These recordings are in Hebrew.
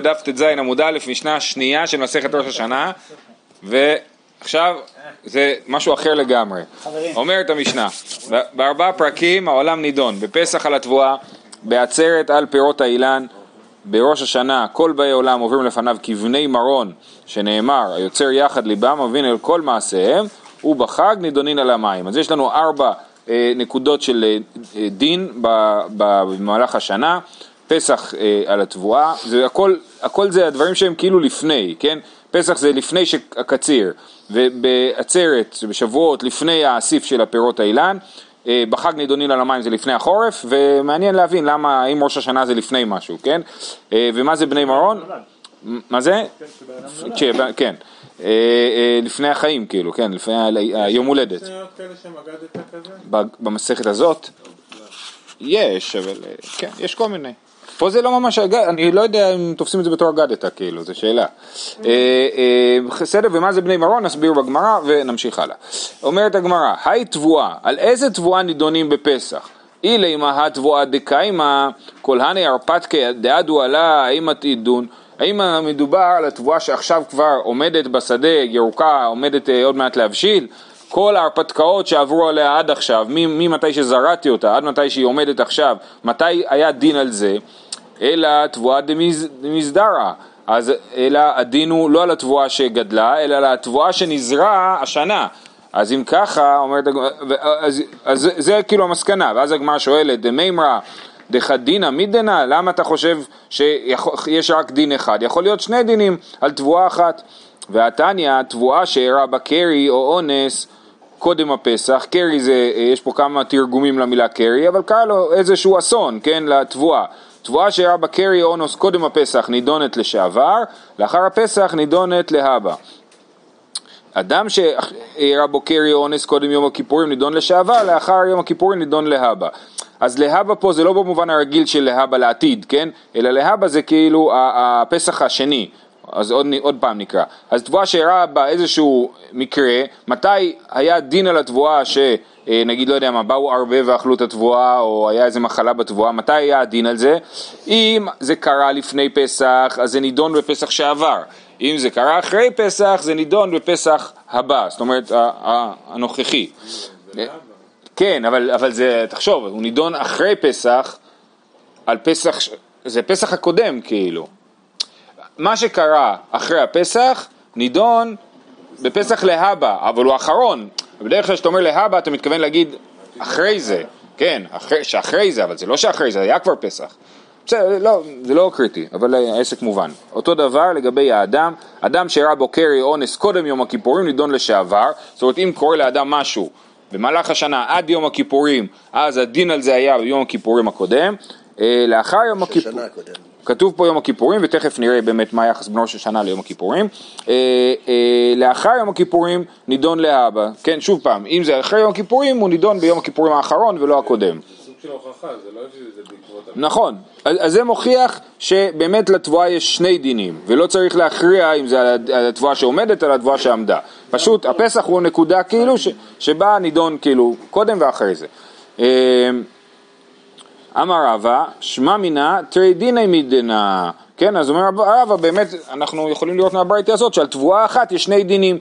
בדף ט"ז עמוד א', משנה שנייה של מסכת ראש השנה, ועכשיו זה משהו אחר לגמרי. אומרת המשנה, בארבעה פרקים העולם נידון, בפסח על התבואה, בעצרת על פירות האילן, בראש השנה כל באי עולם עוברים לפניו כבני מרון, שנאמר היוצר יחד ליבם מבין אל כל מעשיהם, ובחג נידונין על המים. אז יש לנו 4 נקודות של דין במהלך השנה. פסח על התבואה, זה הכל זה הדברים שהם כאילו לפני, כן? פסח זה לפני הקציר, ובעצרת, בשבועות לפני האסיף של הפירות האילן, בחג נידונין על המים זה לפני החורף, ומעניין להבין למה, אם ראש השנה זה לפני משהו, כן? ומה זה בני מרון? מה זה? כן. לפני החיים כאילו, כן, לפני היום הולדת. במסכת הזאת יש, אבל כן, יש כל מיני. פה זה לא ממש, אני לא יודע אם תופסים את זה בתור אגדתה, כאילו, זו שאלה. בסדר, ומה זה בני מרון? נסביר בגמרא ונמשיך הלאה. אומרת הגמרא, היי תבואה, על איזה תבואה נידונים בפסח? אילי מה התבואה דקיימה, כל הני הרפתקי דעדו עלה, האם תידון? האם מדובר על התבואה שעכשיו כבר עומדת בשדה, ירוקה, עומדת עוד מעט להבשיל? כל ההרפתקאות שעברו עליה עד עכשיו, ממתי שזרעתי אותה, עד מתי שהיא עומדת עכשיו, מתי היה דין על זה? אלא תבואה דמזדרה, אז אלא הדין הוא לא על התבואה שגדלה, אלא על התבואה שנזרעה השנה. אז אם ככה, אומרת, אז זה כאילו המסקנה, ואז הגמרא שואלת, דמיימרה, דחדינה מידנה, למה אתה חושב שיש רק דין אחד? יכול להיות 2 דינים על תבואה אחת. והתניא, תבואה שאירע בה קרי או אונס קודם הפסח, קרי זה, יש פה כמה תרגומים למילה קרי, אבל קרא לו איזשהו אסון, כן, לתבואה. תבואה שאירע בה קרי או אונס קודם הפסח נידונת לשעבר, לאחר הפסח נידונת להבא. אדם שאירע בו קרי או אונס קודם יום הכיפורים נידון לשעבר, לאחר יום הכיפורים נידון להבא. אז להבא פה זה לא במובן הרגיל של להבא לעתיד, כן? אלא להבא זה כאילו הפסח השני. אז עוד פעם נקרא. אז תבואה שאירע בה איזשהו מקרה, מתי היה דין על התבואה שנגיד לא יודע מה, באו הרבה ואכלו את התבואה, או היה איזה מחלה בתבואה, מתי היה הדין על זה? אם זה קרה לפני פסח, אז זה נידון בפסח שעבר. אם זה קרה אחרי פסח, זה נידון בפסח הבא, זאת אומרת הנוכחי. כן, אבל זה, תחשוב, הוא נידון אחרי פסח, על פסח, זה פסח הקודם כאילו. מה שקרה אחרי הפסח נידון בפסח להבא, אבל הוא האחרון. בדרך כלל שאתה אומר להבא אתה מתכוון להגיד אחרי זה, כן, שאחרי זה, אבל זה לא שאחרי זה, היה כבר פסח. זה לא קריטי, אבל העסק מובן. אותו דבר לגבי האדם, אדם שאירע בו קרי אונס קודם יום הכיפורים נידון לשעבר, זאת אומרת אם קורה לאדם משהו במהלך השנה עד יום הכיפורים, אז הדין על זה היה ביום הכיפורים הקודם, לאחר יום הכיפורים. כתוב פה יום הכיפורים, ותכף נראה באמת מה היחס בין ראש השנה ליום הכיפורים. לאחר יום הכיפורים נידון להבא. כן, שוב פעם, אם זה אחרי יום הכיפורים, הוא נידון ביום הכיפורים האחרון ולא הקודם. זה סוג של הוכחה, זה לא שזה בעקבות... נכון, אז זה מוכיח שבאמת לתבואה יש 2 דינים, ולא צריך להכריע אם זה על התבואה שעומדת או על התבואה שעמדה. פשוט הפסח הוא נקודה כאילו שבה נידון כאילו קודם ואחרי זה. אמר רבא, שמע מינה תרי דיני מידנה. כן, אז אומר רבא, באמת אנחנו יכולים לראות מהברייתא הזאת שעל תבואה אחת יש 2 דינים.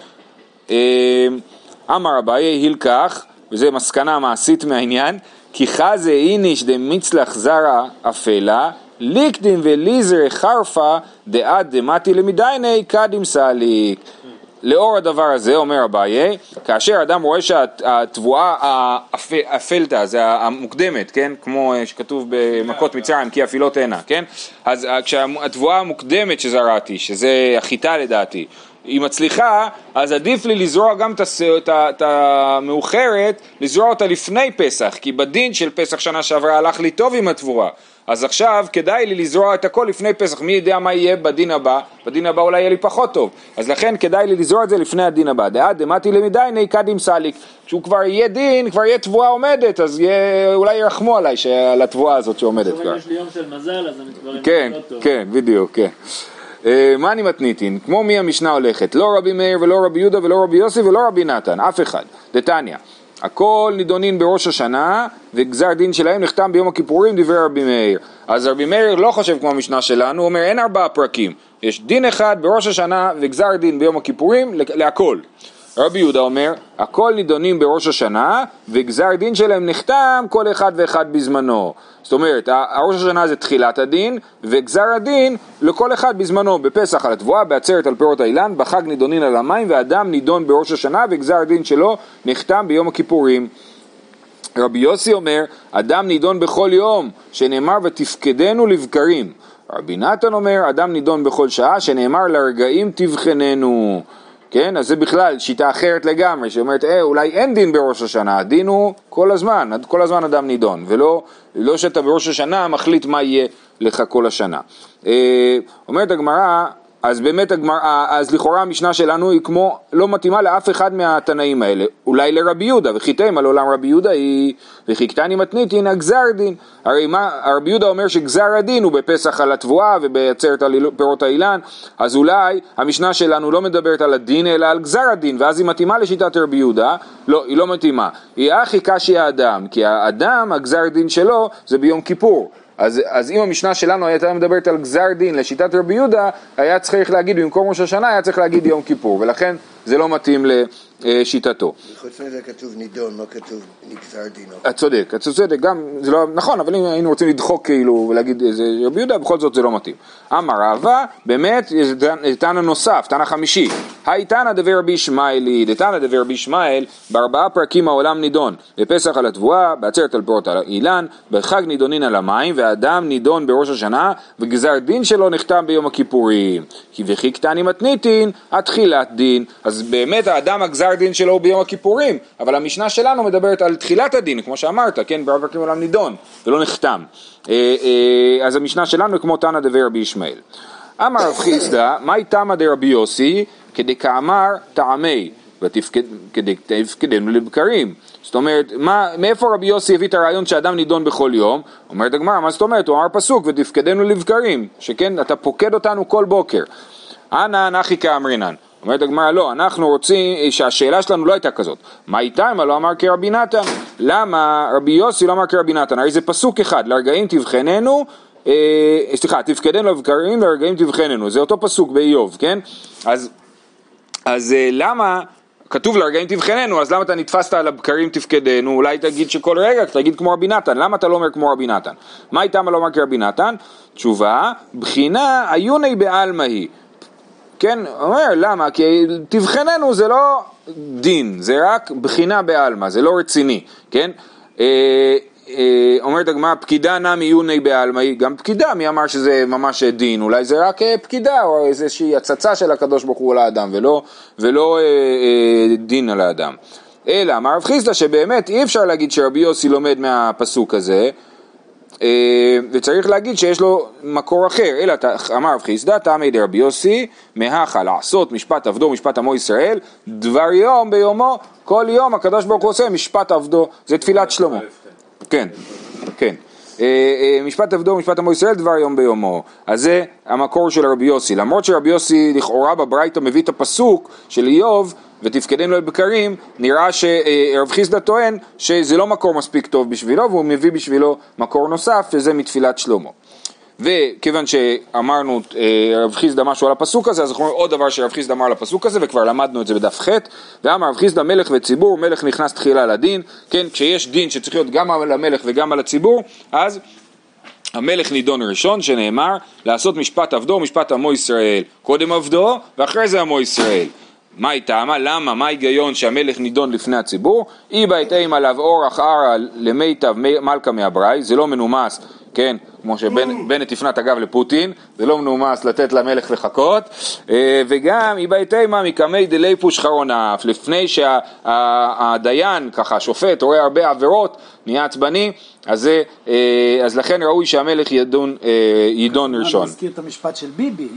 אמר רבא, הילקח, וזה מסקנה מעשית מהעניין, כי חזה איניש דמצלח זרע אפלה, ליקדים וליזר חרפה דעד דמתי למדייני קדים סליק. לאור הדבר הזה אומר אביי, כאשר אדם רואה שהתבואה האפלתה, זה המוקדמת, כן? כמו שכתוב במכות מצרים, כי אפילות הנה, כן? אז כשהתבואה המוקדמת שזרעתי, שזה החיטה לדעתי, היא מצליחה, אז עדיף לי לזרוע גם את המאוחרת, לזרוע אותה לפני פסח, כי בדין של פסח שנה שעברה הלך לי טוב עם התבואה. אז עכשיו כדאי לי לזרוע את הכל לפני פסח, מי יודע מה יהיה בדין הבא, בדין הבא אולי יהיה לי פחות טוב, אז לכן כדאי לי לזרוע את זה לפני הדין הבא, דעד דמתי למדייני קדים סליק, כשהוא כבר יהיה דין, כבר יהיה תבואה עומדת, אז אולי ירחמו עליי על התבואה הזאת שעומדת כבר. יש לי יום של מזל, אז אני כבר כן, כן, בדיוק, כן. מה אני מתניתין? כמו מי המשנה הולכת, לא רבי מאיר ולא רבי יהודה ולא רבי יוסי ולא רבי נתן, אף אחד. דתניא, הכל נידונין בראש השנה, וגזר דין שלהם נחתם ביום הכיפורים, דברי רבי מאיר. אז רבי מאיר לא חושב כמו המשנה שלנו, הוא אומר אין 4 פרקים, יש דין אחד בראש השנה וגזר דין ביום הכיפורים להכל. רבי יהודה אומר, הכל נידונים בראש השנה, וגזר דין שלהם נחתם כל אחד ואחד בזמנו. זאת אומרת, ראש השנה זה תחילת הדין, וגזר הדין לכל אחד בזמנו, בפסח על התבואה, בעצרת על פירות האילן, בחג נידונין על המים, ואדם נידון בראש השנה, וגזר הדין שלו נחתם ביום הכיפורים. רבי יוסי אומר, אדם נידון בכל יום, שנאמר ותפקדנו לבקרים. רבי נתן אומר, אדם נידון בכל שעה, שנאמר לרגעים תבחננו. כן, אז זה בכלל שיטה אחרת לגמרי, שאומרת, אולי אין דין בראש השנה, הדין הוא כל הזמן אדם נידון, ולא שאתה בראש השנה מחליט מה יהיה לך כל השנה. אומרת הגמרא, אז באמת אז לכאורה המשנה שלנו היא כמו, לא מתאימה לאף אחד מהתנאים האלה, אולי לרבי יהודה, וחיתים על עולם רבי יהודה היא, וחיכתני מתניתין הגזר דין, הרי רבי יהודה אומר שגזר הדין הוא בפסח על התבואה ובעצרת על פירות האילן, אז אולי המשנה שלנו לא מדברת על הדין אלא על גזר הדין, ואז היא מתאימה לשיטת רבי יהודה, לא, היא לא מתאימה, היא הכי קשי האדם, כי האדם, הגזר דין שלו זה ביום כיפור, אז אם המשנה שלנו הייתה מדברת על גזר דין לשיטת רבי יהודה, היה צריך להגיד במקום ראש השנה, היה צריך להגיד יום כיפור, ולכן זה לא מתאים לשיטתו. חוץ מזה כתוב נידון, לא כתוב נגזר דין. את צודק, גם זה לא נכון, אבל אם היינו רוצים לדחוק כאילו ולהגיד איזה רבי יהודה, בכל זאת זה לא מתאים. אמר רבא, באמת, תנא נוסף, תנא חמישי. היי תנא דבר רבי ישמעאלי, דתנא דבר רבי ישמעאל, ב4 פרקים העולם נידון, בפסח על התבואה, בעצרת על פירות האילן, בחג נידונין על המים, והאדם נידון בראש השנה, וגזר דין שלו נחתם ביום הכיפורים. כי וחיכתני מתניתין, התחילת דין. אז באמת האדם הגזר דין שלו הוא ביום הכיפורים, אבל המשנה שלנו מדברת על תחילת הדין, כמו שאמרת, כן, ב4 פרקים העולם נידון, ולא נחתם. אז המשנה שלנו היא כמו תנא דבר רבי ישמעאל. אמר רב חיסדא, מהי תמא דרבי יוסי, כדקאמר טעמי, ותפקדנו לבקרים. זאת אומרת, מאיפה רבי יוסי הביא את הרעיון שאדם נידון בכל יום? אומרת הגמרא, מה זאת אומרת? הוא אמר פסוק, ותפקדנו לבקרים, שכן, אתה פוקד אותנו כל בוקר. אנא נחי כאמרינן. אומרת הגמרא, לא, אנחנו רוצים, שהשאלה שלנו לא הייתה כזאת. מה איתה אם לא אמר כרבי נתן? למה רבי יוסי לא אמר כרבי נתן? הרי זה פסוק אחד, לרגעים תבחננו, תפקדנו לבקרים, לרגעים תבחננו. זה אותו פסוק באיוב, כן? אז למה כתוב לרגעים תבחננו, אז למה אתה נתפסת על הבקרים תפקדנו? אולי תגיד שכל רגע, תגיד כמו רבי נתן. למה אתה לא אומר כמו רבי נתן? מה איתה אם לא אמר כרבי נתן? תשובה, בחינה עיוני בעלמא היא. כן, אומר, למה? כי תבחננו זה לא דין, זה רק בחינה בעלמא, זה לא רציני, כן? אומרת הגמרא, פקידה נמי עיוני בעלמא, גם פקידה, מי אמר שזה ממש דין? אולי זה רק פקידה, או איזושהי הצצה של הקדוש ברוך הוא על האדם, ולא דין על האדם. אלא, אמר רב חיסדא שבאמת אי אפשר להגיד שרבי יוסי לומד מהפסוק הזה, וצריך להגיד שיש לו מקור אחר, אלא אמר רב חיסדא תמי דרבי יוסי מהכה לעשות משפט עבדו משפט עמו ישראל דבר יום ביומו, כל יום הקדוש ברוך הוא עושה משפט עבדו, זה תפילת שלמה, כן, משפט עבדו משפט עמו ישראל דבר יום ביומו, אז זה המקור של רבי יוסי, למרות שרבי יוסי לכאורה בברייתא מביא את הפסוק של איוב ותפקדנו לבקרים, נראה שרב חיסדא טוען שזה לא מקור מספיק טוב בשבילו, והוא מביא בשבילו מקור נוסף, וזה מתפילת שלמה. וכיוון שאמרנו רב חיסדא משהו על הפסוק הזה, אז אנחנו אומרים עוד דבר שרב חיסדא אמר על הפסוק הזה, וכבר למדנו את זה בדף ח', ואמר רב חיסדא מלך וציבור, מלך נכנס תחילה לדין, כן, כשיש דין שצריך להיות גם על המלך וגם על הציבור, אז המלך נידון ראשון שנאמר, לעשות משפט עבדו, משפט עמו ישראל, קודם עבדו ואחרי זה עמו ישראל. מה איתה? למה? מה ההיגיון שהמלך נידון לפני הציבור? אי בהתאים עליו אורח ערה למיטב מלכה מהבראי, זה לא מנומס, כן, כמו שבנט הפנת אגב לפוטין, זה לא מנומס לתת למלך לחכות, וגם אי בהתאים מקמי דלי פוש חרון האף, לפני שהדיין, ככה השופט, רואה הרבה עבירות, נהיה עצבני, אז לכן ראוי שהמלך יידון ראשון. אני מזכיר את המשפט של ביבי.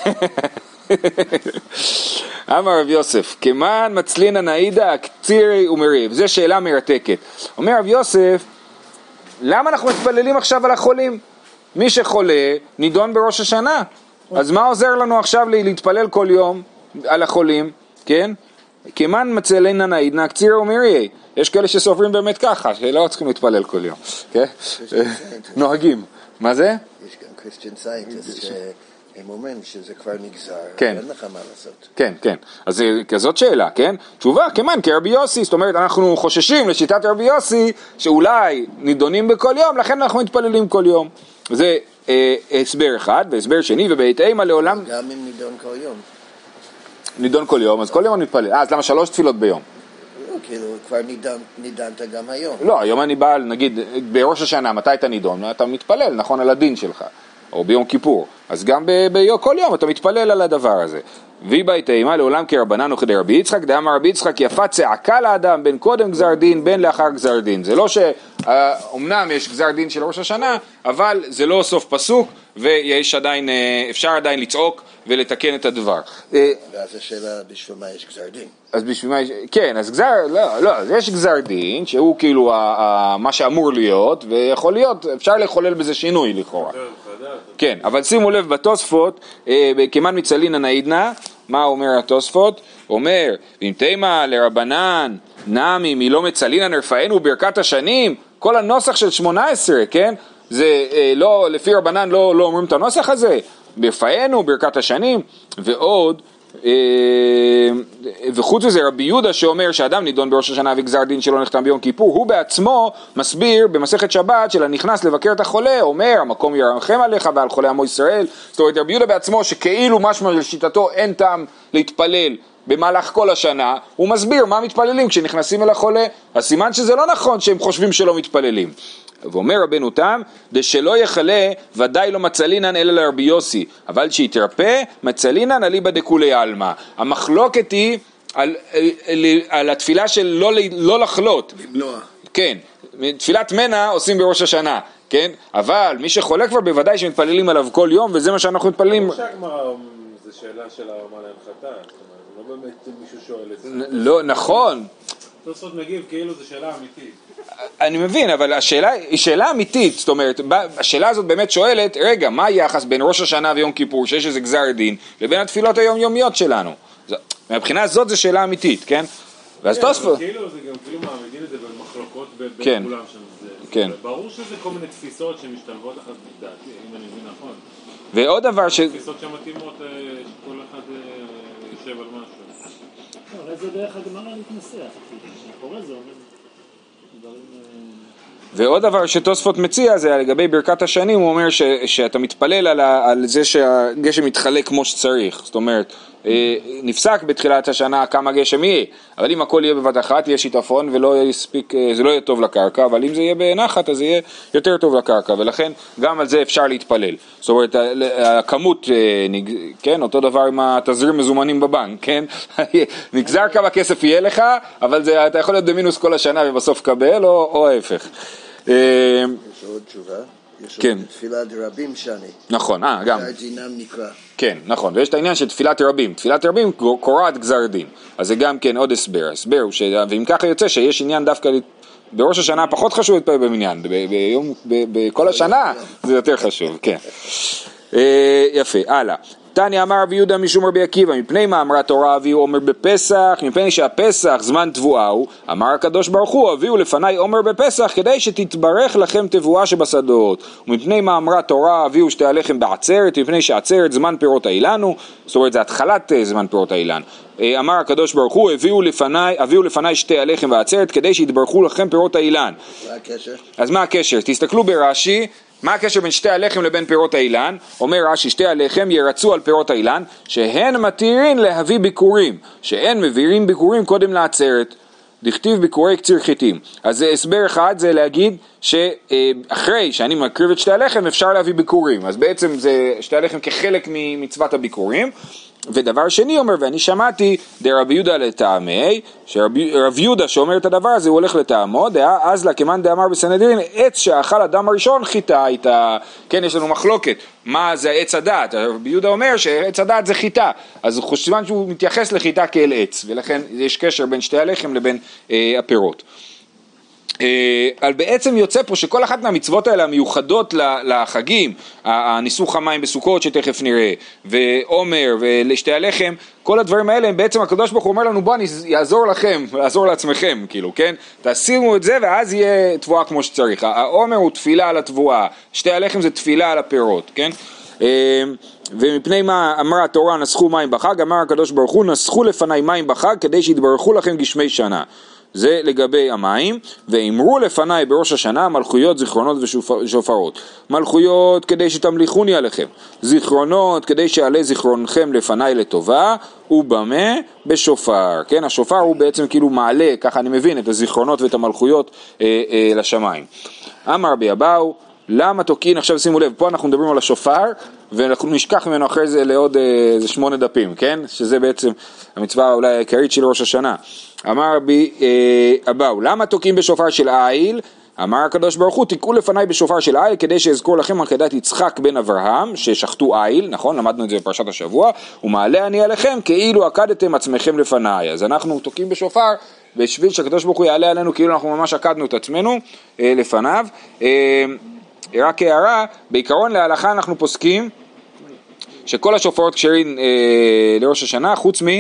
אמר רב יוסף, כמן מצלין הנעידה הקצירי ומריב, זו שאלה מרתקת. אומר רב יוסף, למה אנחנו מתפללים עכשיו על החולים? מי שחולה נידון בראש השנה, אז מה עוזר לנו עכשיו להתפלל כל יום על החולים, כן? כמן מצלנה נעידנה קציר אומרי, יש כאלה שסופרים באמת ככה, שלא צריכים להתפלל כל יום, כן? נוהגים, מה זה? יש גם קריסטיאן סיינטיסט שהם אומרים שזה כבר נגזר, כן. אין לך מה לעשות. כן, כן, אז כזאת שאלה, כן? תשובה, כמן, כרבי יוסי, זאת אומרת, אנחנו חוששים לשיטת רבי יוסי, שאולי נידונים בכל יום, לכן אנחנו מתפללים כל יום. זה הסבר אחד, והסבר שני, ובית אימה לעולם... גם אם נידון כל יום. נידון כל יום, אז כל יום נתפלל. אז למה 3 תפילות ביום? לא, כאילו, כבר נידנת גם היום. לא, היום אני בא, נגיד, בראש השנה, מתי אתה נידון? אתה מתפלל, נכון, על הדין שלך, או ביום כיפור. אז גם כל יום אתה מתפלל על הדבר הזה. והיא בית אימה לעולם כרבנן וכדי רבי יצחק, דאמר רבי יצחק יפה צעקה לאדם בין קודם גזר דין בין לאחר גזר דין. זה לא שאומנם יש גזר דין של ראש השנה, אבל זה לא סוף פסוק, ויש עדיין, אפשר עדיין לצעוק ולתקן את הדבר. ואז השאלה בשביל מה יש גזר דין. אז בשביל מה, כן, אז לא, יש גזר דין, שהוא כאילו מה שאמור להיות, ויכול להיות, אפשר לחולל בזה שינוי לכאורה. כן, אבל שימו לב בתוספות, כמן מצלין הנעידנה, מה אומר התוספות? אומר, ואם תימה לרבנן, נעמי מלא מצלין הנרפאנו ברכת השנים, כל הנוסח של 18, כן? זה לא, לפי רבנן לא אומרים את הנוסח הזה, ברפאנו ברכת השנים, ועוד, וחוץ לזה רבי יהודה שאומר שאדם נידון בראש השנה וגזר דין שלא נחתם ביום כיפור, הוא בעצמו מסביר במסכת שבת של הנכנס לבקר את החולה, אומר המקום ירחם עליך ועל חולה עמו ישראל. זאת אומרת רבי יהודה בעצמו שכאילו משמע לשיטתו אין טעם להתפלל במהלך כל השנה, הוא מסביר מה מתפללים כשנכנסים אל החולה. הסימן שזה לא נכון שהם חושבים שלא מתפללים. ואומר רבנו תם, דשלא יחלה ודאי לא מצלינן אלא לרבי יוסי, אבל שיתרפא מצלינן אליבא דכולי עלמא. המחלוקת היא על התפילה של לא לחלות. למנוע. כן, תפילת מנע עושים בראש השנה, כן? אבל מי שחולה כבר בוודאי שמתפללים עליו כל יום, וזה מה שאנחנו מתפללים. זה שאלה של הרמה להנחתה, לא באמת מישהו שואל את זה. לא, נכון. תוספות מגיב כאילו זו שאלה אמיתית. אני מבין, אבל השאלה היא שאלה אמיתית, זאת אומרת, השאלה הזאת באמת שואלת, רגע, מה היחס בין ראש השנה ויום כיפור, שיש איזה גזר דין, לבין התפילות היומיומיות שלנו? מהבחינה הזאת זו שאלה אמיתית, כן? ואז תוספות... כאילו זה גם כאילו מעמידים את זה במחלוקות בין כולם שם. ברור שזה כל מיני תפיסות שמשתלבות אחת בדעתי, אם אני מבין נכון. ועוד דבר תפיסות שמתאימות שכל אחד יושב על משהו. הרי זה דרך הגמרא להתנסח, מאחורי זה אומר דברים... ועוד דבר שתוספות מציע זה לגבי ברכת השנים, הוא אומר שאתה מתפלל על זה שהגשם מתחלק כמו שצריך, זאת אומרת נפסק בתחילת השנה כמה גשם יהיה, אבל אם הכל יהיה בבת אחת יהיה שיטפון ולא יספיק, זה לא יהיה טוב לקרקע, אבל אם זה יהיה בנחת אז זה יהיה יותר טוב לקרקע, ולכן גם על זה אפשר להתפלל. זאת אומרת הכמות, כן, אותו דבר עם התזרים מזומנים בבנק, כן, נגזר כמה כסף יהיה לך, אבל זה, אתה יכול להיות במינוס כל השנה ובסוף קבל או ההפך. יש עוד תשובה, יש עוד תפילת רבים שני. נכון, גם. גזר דינם נקרא. כן, נכון, ויש את העניין של תפילת רבים. תפילת רבים קוראת גזר דין, אז זה גם כן עוד הסבר. הסבר הוא ואם ככה יוצא שיש עניין דווקא בראש השנה פחות חשוב להתפלל במניין, בכל השנה זה יותר חשוב, כן. יפה, הלאה. תניא אמר רבי יהודה משום רבי עקיבא, מפני מה אמרה תורה אביהו עומר בפסח, מפני שהפסח זמן תבואה הוא, אמר הקדוש ברוך הוא אביהו לפני עומר בפסח כדי שתתברך לכם תבואה שבשדות, ומפני מה אמרה תורה אביהו שתי הלחם בעצרת, מפני שעצרת זמן פירות האילן הוא, זאת אומרת זה התחלת זמן פירות האילן. אמר הקדוש ברוך הוא אביהו לפני שתי הלחם בעצרת כדי שיתברכו לכם פירות האילן. מה הקשר? אז מה הקשר? תסתכלו ברש"י, מה הקשר בין שתי הלחם לבין פירות האילן? אומר רש"י, שתי הלחם ירצו על פירות האילן, שהן מתירין להביא ביקורים, שהן מביאים ביקורים קודם לעצרת, דכתיב ביקורי קציר חיטים. אז הסבר אחד זה להגיד שאחרי שאני מקריב את שתי הלחם אפשר להביא ביקורים, אז בעצם זה שתי הלחם כחלק ממצוות הביקורים. ודבר שני אומר, ואני שמעתי דרבי יהודה לטעמי, שרב יהודה שאומר את הדבר הזה הוא הולך לטעמו, אז לכמן דאמר בסנהדרין, עץ שאכל אדם הראשון חיטה הייתה, כן, יש לנו מחלוקת, מה זה עץ הדעת? רבי יהודה אומר שעץ הדעת זה חיטה, אז הוא חושב שהוא מתייחס לחיטה כאל עץ, ולכן יש קשר בין שתי הלחם לבין הפירות. בעצם יוצא פה שכל אחת מהמצוות האלה המיוחדות לחגים, הניסוך המים בסוכות שתכף נראה, ועומר ולשתי הלחם, כל הדברים האלה הם בעצם הקדוש ברוך הוא אומר לנו בוא אני אעזור לכם, אעזור לעצמכם כאילו, כן? תשימו את זה ואז יהיה תבואה כמו שצריך. העומר הוא תפילה על התבואה, שתי הלחם זה תפילה על הפירות, כן? ומפני מה אמרה התורה נסחו מים בחג, אמר הקדוש ברוך הוא נסחו לפני מים בחג כדי שיתברכו לכם גשמי שנה. זה לגבי המים, ואמרו לפניי בראש השנה מלכויות, זיכרונות ושופרות. מלכויות כדי שתמליכוני עליכם, זיכרונות כדי שעלה זיכרונכם לפניי לטובה, ובמה? בשופר. כן, השופר הוא בעצם כאילו מעלה, ככה אני מבין, את הזיכרונות ואת המלכויות לשמיים. אמר רבי אבאו, למה תוקעין, עכשיו שימו לב, פה אנחנו מדברים על השופר, ואנחנו נשכח ממנו אחרי זה לעוד 8 דפים, כן? שזה בעצם המצווה אולי העיקרית של ראש השנה. אמר רבי אבאו, למה תוקעים בשופר של איל? אמר הקדוש ברוך הוא, תקעו לפניי בשופר של איל, כדי שאזכור לכם עקדת יצחק בן אברהם, ששחטו איל, נכון? למדנו את זה בפרשת השבוע, ומעלה אני עליכם, כאילו עקדתם עצמכם לפניי. אז אנחנו תוקעים בשופר, בשביל שהקדוש ברוך הוא יעלה עלינו, כאילו אנחנו ממש עקדנו את עצמנו לפניו. רק הערה, בעיקרון להלכה אנחנו פוסקים, שכל השופרות כשרים לראש השנה,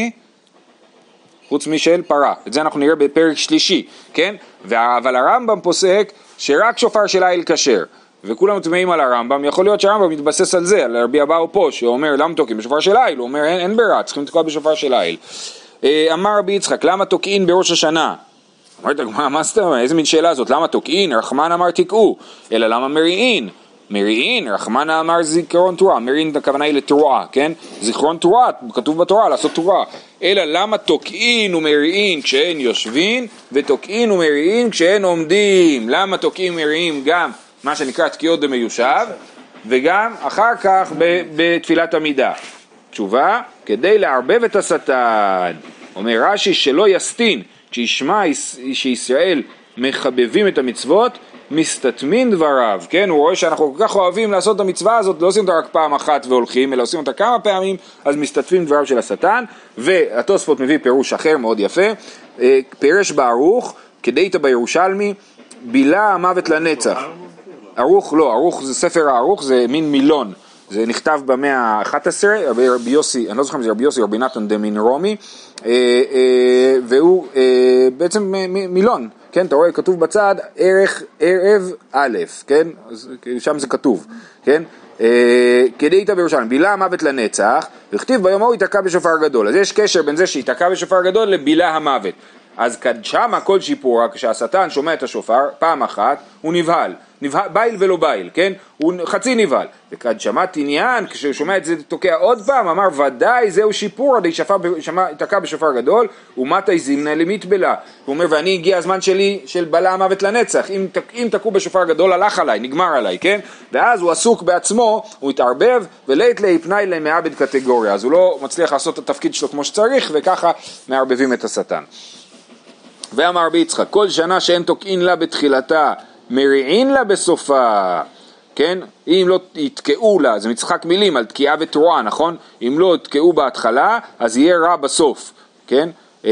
חוץ משל פרה. את זה אנחנו נראה בפרק שלישי, כן? אבל הרמב"ם פוסק שרק שופר של איל כשר. וכולם מתמאים על הרמב"ם, יכול להיות שהרמב"ם מתבסס על זה, על רבי אבאו פה, שאומר למה תוקעים בשופר של איל? הוא אומר אין ברירה, צריכים לתקוע בשופר של איל. אמר רבי יצחק, למה תוקעין בראש השנה? אמרת, מה זאת אומרת? איזה מין שאלה זאת? למה תוקעין? רחמן אמר תקעו, אלא למה מריעין? מריעין, רחמן אמר זיכרון תורה, מריעין הכוונה היא לתרועה, כן? זיכרון תורה, כתוב בתורה, לעשות תורה. אלא למה תוקעין ומריעין כשהן יושבים, ותוקעין ומריעין כשהן עומדים? למה תוקעין ומריעין גם מה שנקרא תקיעות דמיושב, וגם אחר כך בתפילת עמידה? תשובה, כדי לערבב את השטן. אומר רש"י שלא יסטין, כשישמע שישראל מחבבים את המצוות, מסתתמין דבריו, כן? הוא רואה שאנחנו כל כך אוהבים לעשות את המצווה הזאת, לא עושים אותה רק פעם אחת והולכים, אלא עושים אותה כמה פעמים, אז מסתתפים דבריו של השטן. והתוספות מביא פירוש אחר מאוד יפה, פירש בערוך, כדאית בירושלמי, בילה המוות לנצח. ערוך לא, ערוך זה ספר הערוך, זה מין מילון, זה נכתב במאה ה-11, רבי יוסי, אני לא זוכר אם זה רבי יוסי או רבי נתן דמין רומי, והוא בעצם מילון, כן, אתה רואה, כתוב בצד ערב א', כן, שם זה כתוב, כן, כדאית בירושלים, בילה המוות לנצח, וכתיב ביום ההוא ייתקע בשופר גדול. אז יש קשר בין זה שיתקע בשופר גדול לבילה המוות. אז שמה כל שיפורה, כשהשטן שומע את השופר פעם אחת, הוא נבהל, בייל ולא בייל, כן? הוא חצי נבהל. וכד שמעת עניין, כשהוא שומע את זה תוקע עוד פעם, אמר ודאי זהו שיפור, עדי תקע בשופר גדול, ומתי זימנה למית בלה. הוא אומר, ואני הגיע הזמן שלי של בלה המוות לנצח, אם תקעו בשופר גדול הלך עליי, נגמר עליי, כן? ואז הוא עסוק בעצמו, הוא התערבב, ולית להיפנאי למעבד קטגוריה, אז הוא לא מצליח לעשות את התפקיד שלו כמו שצריך, וככה מערבבים את השטן. ואמר רבי יצחק, כל שנה שאין תוקעין לה בתחילתה, מריעין לה בסופה, כן? אם לא יתקעו לה, זה מצחק מילים על תקיעה ותרועה, נכון? אם לא יתקעו בהתחלה, אז יהיה רע בסוף, כן?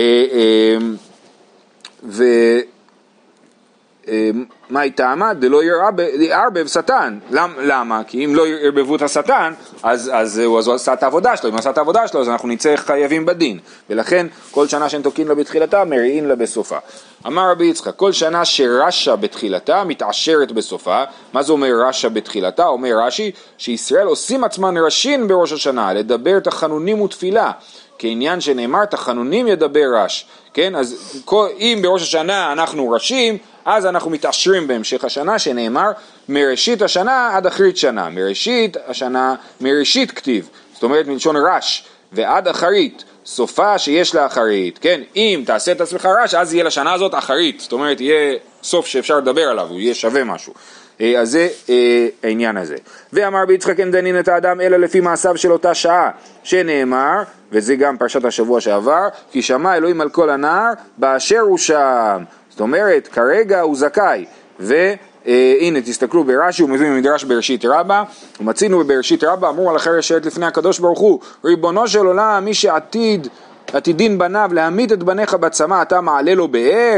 מה היא טעמה? דלא יערבב שטן. למה? כי אם לא יערבבו את השטן, אז הוא עשה את העבודה שלו. אם עשה את העבודה שלו, אז אנחנו נצא חייבים בדין. ולכן, כל שנה שאין תוקעין לה בתחילתה, מריעין לה בסופה. אמר רבי יצחק, כל שנה שרשע בתחילתה, מתעשרת בסופה. מה זה אומר רשע בתחילתה? אומר רש"י, שישראל עושים עצמן רשין בראש השנה, לדבר תחנונים ותפילה. כעניין שנאמר, תחנונים ידבר רש. כן? אז אם בראש השנה אנחנו רשים, אז אנחנו מתעשרים בהמשך השנה, שנאמר מראשית השנה עד אחרית שנה. מראשית השנה, מראשית כתיב, זאת אומרת מלשון רש, ועד אחרית, סופה שיש לה אחרית. כן? אם תעשה את עצמך רש, אז יהיה לשנה הזאת אחרית, זאת אומרת יהיה סוף שאפשר לדבר עליו, הוא יהיה שווה משהו. אז זה העניין הזה. ואמר ביצחק אין דנין את האדם אלא לפי מעשיו של אותה שעה, שנאמר, וזה גם פרשת השבוע שעבר, כי שמע אלוהים על כל הנער באשר הוא שם. זאת אומרת, כרגע הוא זכאי. והנה תסתכלו ברש"י, הוא מביא ממדרש בראשית רבה, ומצינו בבראשית רבה, אמרו על אחר השרת לפני הקדוש ברוך הוא, ריבונו של עולם, מי שעתידין בניו להמית את בניך בצמא, אתה מעלה לו באר,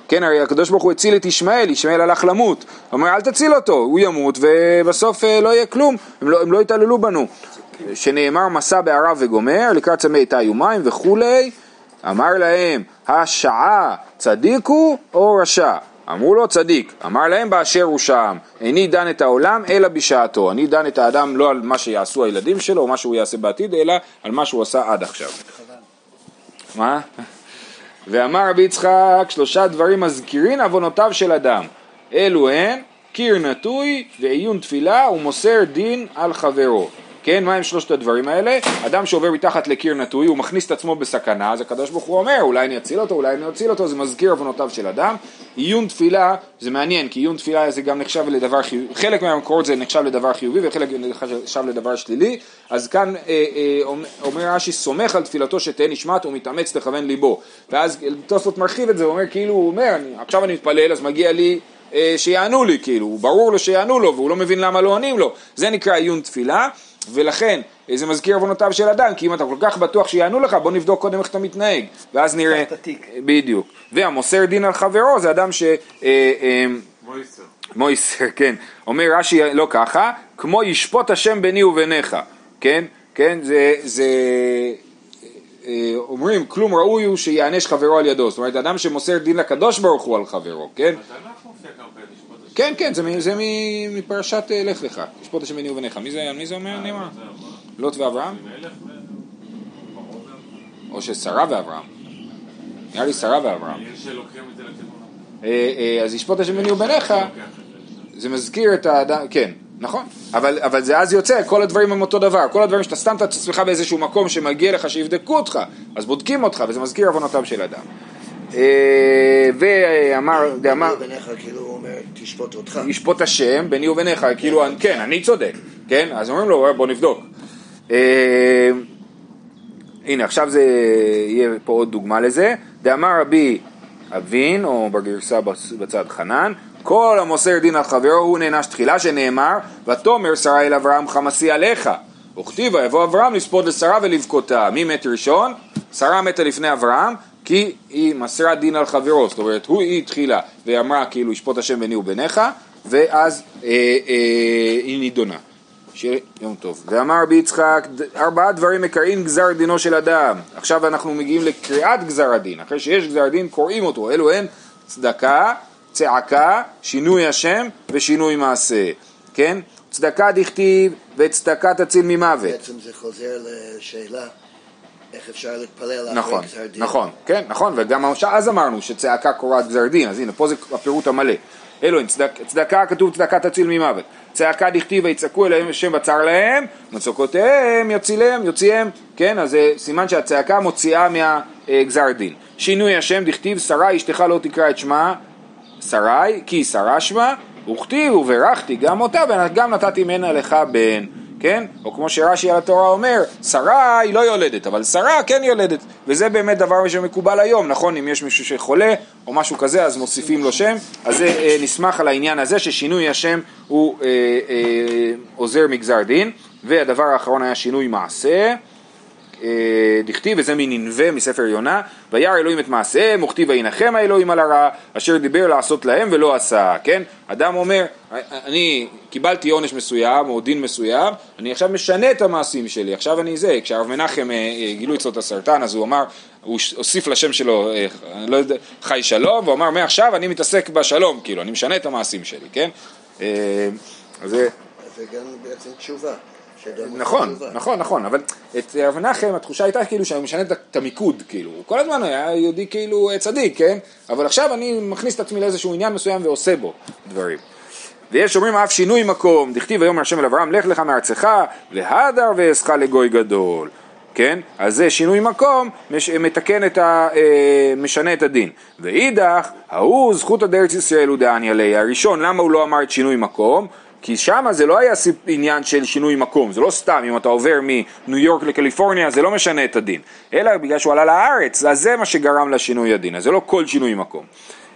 כן, הרי הקדוש ברוך הוא הציל את ישמעאל, ישמעאל הלך למות, הוא אומר אל תציל אותו, הוא ימות ובסוף לא יהיה כלום, הם לא יתעללו בנו. שנאמר מסע בערב וגומר, לקראת צמא איתה יומיים וכולי, אמר להם, השעה צדיק הוא או רשע? אמרו לו צדיק, אמר להם באשר הוא שם, איני דן את העולם אלא בשעתו, אני דן את האדם לא על מה שיעשו הילדים שלו או מה שהוא יעשה בעתיד, אלא על מה שהוא עשה עד עכשיו. מה? ואמר רבי יצחק, 3 דברים מזכירים עוונותיו של אדם, אלו הן קיר נטוי ועיון תפילה ומוסר דין על חברו. כן, מה הם 3 הדברים האלה? אדם שעובר מתחת לקיר נטוי, הוא מכניס את עצמו בסכנה, אז הקדוש ברוך הוא אומר, אולי אני אציל אותו, אולי אני אציל אותו, זה מזכיר עוונותיו של אדם. עיון תפילה, זה מעניין, כי עיון תפילה זה גם נחשב לדבר חיובי, חלק מהמקורות זה נחשב לדבר חיובי, וחלק נחשב לדבר שלילי, אז כאן אומר רש"י, סומך על תפילתו שתהיה נשמעת ומתאמץ לכוון ליבו, ואז תוספות מרחיב את זה, הוא אומר, כאילו, הוא אומר, עכשיו אני מתפלל, אז מגיע לי שיענו לי, כאילו, ברור לו שיענו לו, והוא לא מבין למה לא עונים לו, זה נקרא עיון תפילה. ולכן זה מזכיר עוונותיו של אדם, כי אם אתה כל כך בטוח שיענו לך, בוא נבדוק קודם איך אתה מתנהג, ואז נראה, בדיוק. והמוסר דין על חברו זה אדם מויסר, כן, אומר רש"י לא ככה, כמו ישפוט השם ביני וביניך, כן, זה אומרים, כלום ראוי הוא שיענש חברו על ידו, זאת אומרת, אדם שמוסר דין לקדוש ברוך הוא על חברו, כן? כן, זה מפרשת לך לך, ישפוט השם ביני וביניך. מי זה אומר? נאמר? לוט ואברהם? או ששרה ואברהם? נראה לי שרה ואברהם. אז ישפוט השם ביני וביניך, זה מזכיר את האדם, כן, נכון, אבל זה אז יוצא, כל הדברים הם אותו דבר, כל הדברים שאתה סתם את עצמך באיזשהו מקום שמגיע לך שיבדקו אותך, אז בודקים אותך, וזה מזכיר עוונותיו של אדם. ואמר ביניך כאילו הוא אומר תשפוט אותך, ישפוט השם ביני וביניך, כאילו כן אני צודק, כן, אז אומרים לו בוא נבדוק. הנה עכשיו זה יהיה פה עוד דוגמה לזה. דאמר רבי אבין, או בגרסה בצד חנן, כל המוסר דין על חברו הוא נענש תחילה, שנאמר ותאמר שרה אל אברהם חמסי עליך, וכתיבה יבוא אברהם לספוד לשרה ולבכותה. מי מת ראשון? שרה מתה לפני אברהם, כי היא מסרה דין על חברו, זאת אומרת, היא התחילה ואמרה כאילו ישפוט השם ביני וביניך, ואז היא נידונה. שיהיה יום טוב. ואמר רבי יצחק, 4 דברים מקראים גזר דינו של אדם. עכשיו אנחנו מגיעים לקריאת גזר הדין, אחרי שיש גזר דין קוראים אותו, אלו הן צדקה, צעקה, שינוי השם ושינוי מעשה, כן? צדקה דכתיב וצדקה תציל ממוות. בעצם זה חוזר לשאלה איך אפשר להתפלל אחרי גזר דין. נכון, כן, נכון, וגם אז אמרנו שצעקה קוראת גזר דין, אז הנה, פה זה הפירוט המלא. אלוהים, צדקה כתוב צדקה תציל ממוות. צעקה דכתיב ויצעקו אליהם השם בצר להם, מצוקותיהם יוציאם, כן, אז זה סימן שהצעקה מוציאה מהגזר דין. שינוי השם דכתיב שרי אשתך לא תקרא את שמה שרי, כי שרה שמה, וכתיב וברכתי גם אותה, וגם נתתי ממנה לך בן. כן? או כמו שרש"י על התורה אומר, שרה היא לא יולדת, אבל שרה כן יולדת, וזה באמת דבר שמקובל היום, נכון? אם יש מישהו שחולה או משהו כזה, אז מוסיפים לו שם, אז זה נשמח על העניין הזה ששינוי השם הוא עוזר מגזר דין. והדבר האחרון היה שינוי מעשה, דכתיב, וזה מננווה מספר יונה, וירא אלוהים את מעשיהם, וכתיב וינחם האלוהים על הרע אשר דיבר לעשות להם ולא עשה. כן? אדם אומר, אני קיבלתי עונש מסוים או דין מסוים, אני עכשיו משנה את המעשים שלי, עכשיו אני זה, כשהרב מנחם גילו אצלו את הסרטן, אז הוא אמר, הוא הוסיף לשם שלו לא יודע, חי שלום, והוא אמר מעכשיו אני מתעסק בשלום, כאילו אני משנה את המעשים שלי, כן? זה גם בעצם תשובה. נכון, אבל את רב מנחם התחושה הייתה כאילו שאני משנה את המיקוד, כאילו, הוא כל הזמן היה יהודי כאילו צדיק, כן? אבל עכשיו אני מכניס את עצמי לאיזשהו עניין מסוים ועושה בו דברים. ויש אומרים אף שינוי מקום, דכתיב ויאמר השם אל אברהם לך לך מארצך והדר ואעשך לגוי גדול, כן? אז זה שינוי מקום, מתקן משנה את הדין. ואידך, ההוא זכות הדרך ישראל הוא דעניה ליה. הראשון, למה הוא לא אמר את שינוי מקום? כי שם זה לא היה עניין של שינוי מקום, זה לא סתם, אם אתה עובר מניו יורק לקליפורניה, זה לא משנה את הדין, אלא בגלל שהוא עלה לארץ, אז זה מה שגרם לשינוי הדין, אז זה לא כל שינוי מקום.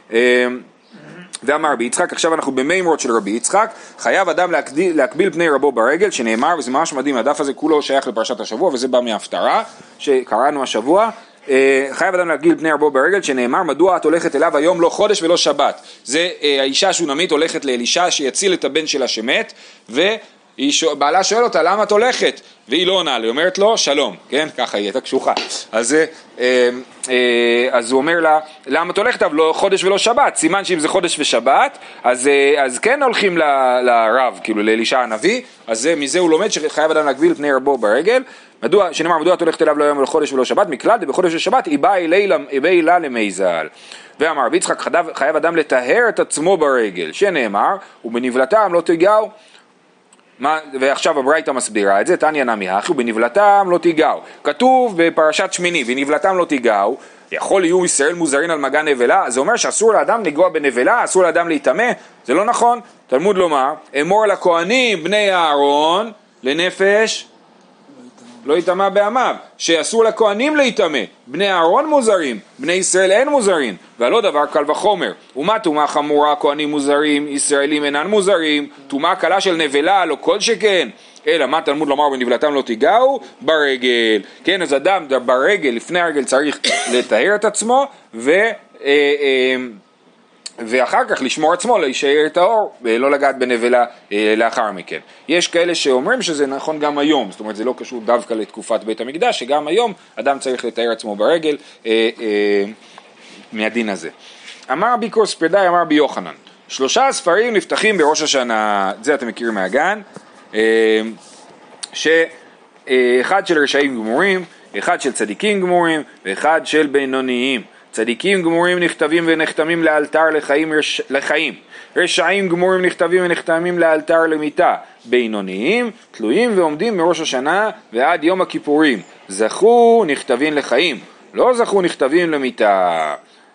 ואמר רבי יצחק, עכשיו אנחנו במימרות של רבי יצחק, חייב אדם להקביל פני רבו ברגל, שנאמר, וזה ממש מדהים, הדף הזה כולו שייך לפרשת השבוע, וזה בא מההפטרה שקראנו השבוע, חייב אדם להגדיל פני רבו ברגל, שנאמר מדוע את הולכת אליו היום לא חודש ולא שבת. זה האישה שונמית הולכת לאלישע שיציל את הבן שלה שמת, ובעלה שואל אותה למה את הולכת, והיא לא עונה, היא אומרת לו שלום, כן, ככה היא הייתה קשוחה. אז הוא אומר לה למה את הולכת אליו לא חודש ולא שבת, סימן שאם זה חודש ושבת אז כן הולכים לרב, כאילו לאלישע הנביא, אז מזה הוא לומד שחייב אדם להגביל פני רבו ברגל. שנאמר מדוע את הולכת אליו לא יום ולא חודש ולא שבת, מכלל בחודש ושבת היא באה אלה למזל. ואמר רבי יצחק חייב אדם לטהר את עצמו ברגל, שנאמר ובנבלתם לא תיגעו. ועכשיו הברייתא מסבירה את זה, תניא נמי הכי ובנבלתם לא תיגעו. כתוב בפרשת שמיני ונבלתם לא תיגעו, יכול יהיו ישראל מוזרין על מגע נבלה, זה אומר שאסור לאדם לגוע בנבלה, אסור לאדם להיטמא, זה לא נכון. תלמוד לומר אמור לכהנים בני אהרון לנפש לא יטמא בעמיו, שאסור לכהנים להיטמא, בני אהרון מוזרים, בני ישראל אין מוזרים, ולא דבר קל וחומר. ומה טומאה חמורה, כהנים מוזרים, ישראלים אינן מוזרים, טומאה קלה של נבלה, לא כל שכן, אלא מה תלמוד לומר בנבלתם לא תיגעו? ברגל. כן, אז אדם ברגל, לפני הרגל צריך לטהר את עצמו, ואחר כך לשמור עצמו, להישאר את האור, ולא לגעת בנבלה לאחר מכן. יש כאלה שאומרים שזה נכון גם היום, זאת אומרת זה לא קשור דווקא לתקופת בית המקדש, שגם היום אדם צריך לתאר עצמו ברגל מהדין הזה. אמר רבי קורספרדאי, אמר רבי יוחנן, 3 ספרים נפתחים בראש השנה, זה אתם מכירים מהגן, שאחד של רשעים גמורים, אחד של צדיקים גמורים, ואחד של בינוניים. צדיקים גמורים נכתבים ונחתמים לאלתר לחיים, רשעים גמורים נכתבים ונחתמים לאלתר למיתה, בינוניים תלויים ועומדים מראש השנה ועד יום הכיפורים, זכו נכתבים לחיים, לא זכו נכתבים למיתה.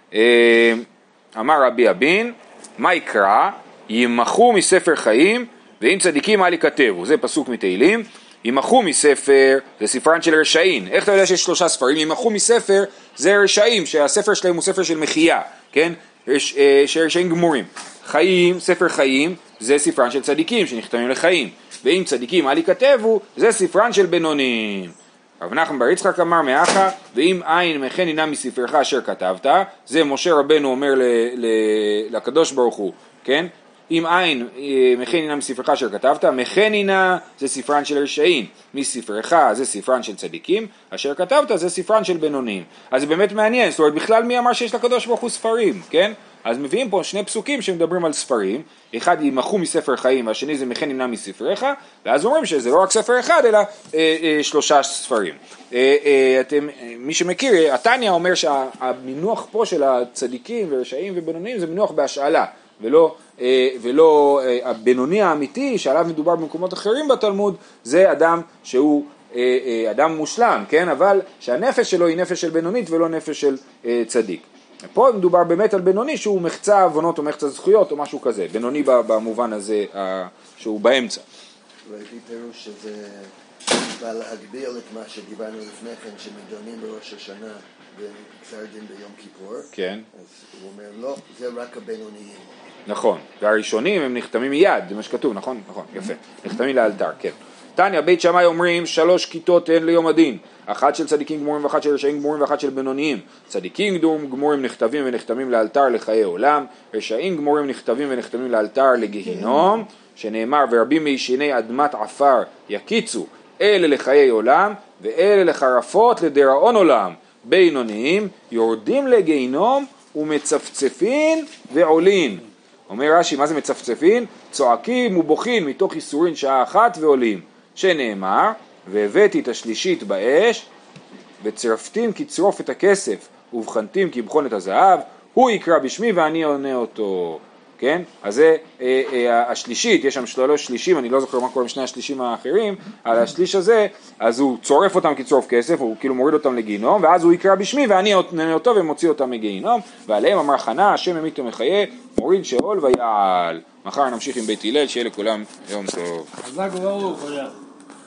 אמר רבי אבין, מה יקרא? ימחו מספר חיים ואם צדיקים אל יכתבו, זה פסוק מתהילים. ימחו מספר, זה ספרן של רשעים. איך אתה יודע שיש 3 ספרים? ימחו מספר, זה רשעים, שהספר שלהם הוא ספר של מחייה, כן? שרשעים גמורים. חיים, ספר חיים, זה ספרן של צדיקים, שנחתמים לחיים. ואם צדיקים אל יכתבו, זה ספרן של בינונים. רב נחמן בר יצחק אמר מאחה, ואם אין מכן הנה מספרך אשר כתבת, זה משה רבנו אומר לקדוש ברוך הוא, כן? אם אין מכן הנה מספרך אשר כתבת, מכן הנה זה ספרן של רשעים, מספרך זה ספרן של צדיקים, אשר כתבת זה ספרן של בינונים. אז זה באמת מעניין, זאת אומרת בכלל מי אמר שיש לקדוש ברוך הוא ספרים, כן? אז מביאים פה 2 פסוקים שמדברים על ספרים, אחד ימחו מספר חיים והשני זה מכן הנה מספרך, ואז אומרים שזה לא רק ספר אחד אלא 3 ספרים. מי שמכיר, התניא אומר שהמינוח פה של הצדיקים ורשעים ובינונים זה מינוח בהשאלה, ולא הבינוני האמיתי שעליו מדובר במקומות אחרים בתלמוד, זה אדם שהוא אדם מושלם, כן? אבל שהנפש שלו היא נפש של בינונית ולא נפש של צדיק. פה מדובר באמת על בינוני שהוא מחצה עוונות או מחצה זכויות או משהו כזה, בינוני במובן הזה שהוא באמצע. ראיתי פירוש שזה בא להגביל את מה שדיברנו לפני כן, שמדונים בראש השנה וגזר דין ביום כיפור. כן. אז הוא אומר לא, זה רק הבינוניים. נכון, והראשונים הם נחתמים מיד, זה מה שכתוב, נכון? נכון, יפה. נחתמים לאלתר, כן. תניא, בית שמאי אומרים 3 כיתות הן ליום הדין, אחת של צדיקים גמורים ואחת של רשעים גמורים ואחת של בינוניים. צדיקים גמורים נכתבים ונחתמים לאלתר לחיי עולם, רשעים גמורים נכתבים ונחתמים לאלתר לגיהינום, שנאמר ורבים מישיני אדמת עפר יקיצו, אלה לחיי עולם ואלה לחרפות לדיראון עולם. בינוניים יורדים לגיהינום ומצפצפין ועולין. אומר רש"י, מה זה מצפצפין? צועקים ובוכים מתוך ייסורין שעה אחת ועולים. שנאמר, והבאתי את השלישית באש, וצרפתים כי צרוף את הכסף, ובחנתים כי בחון את הזהב, הוא יקרא בשמי ואני עונה אותו. כן? אז זה השלישית, יש שם 3 שלישים, אני לא זוכר מה קורה עם 2 השלישים האחרים, על השליש הזה, אז הוא צורף אותם כצרוף כסף, הוא כאילו מוריד אותם לגיהינום, ואז הוא יקרא בשמי ואני עונה אותו ומוציא אותם מגיהינום, ועליהם אמר חנה, השם ממית ומחיה, מוריד שאול ויעל. מחר נמשיך עם בית הלל, שיהיה לכולם יום טוב. חזק וברוך.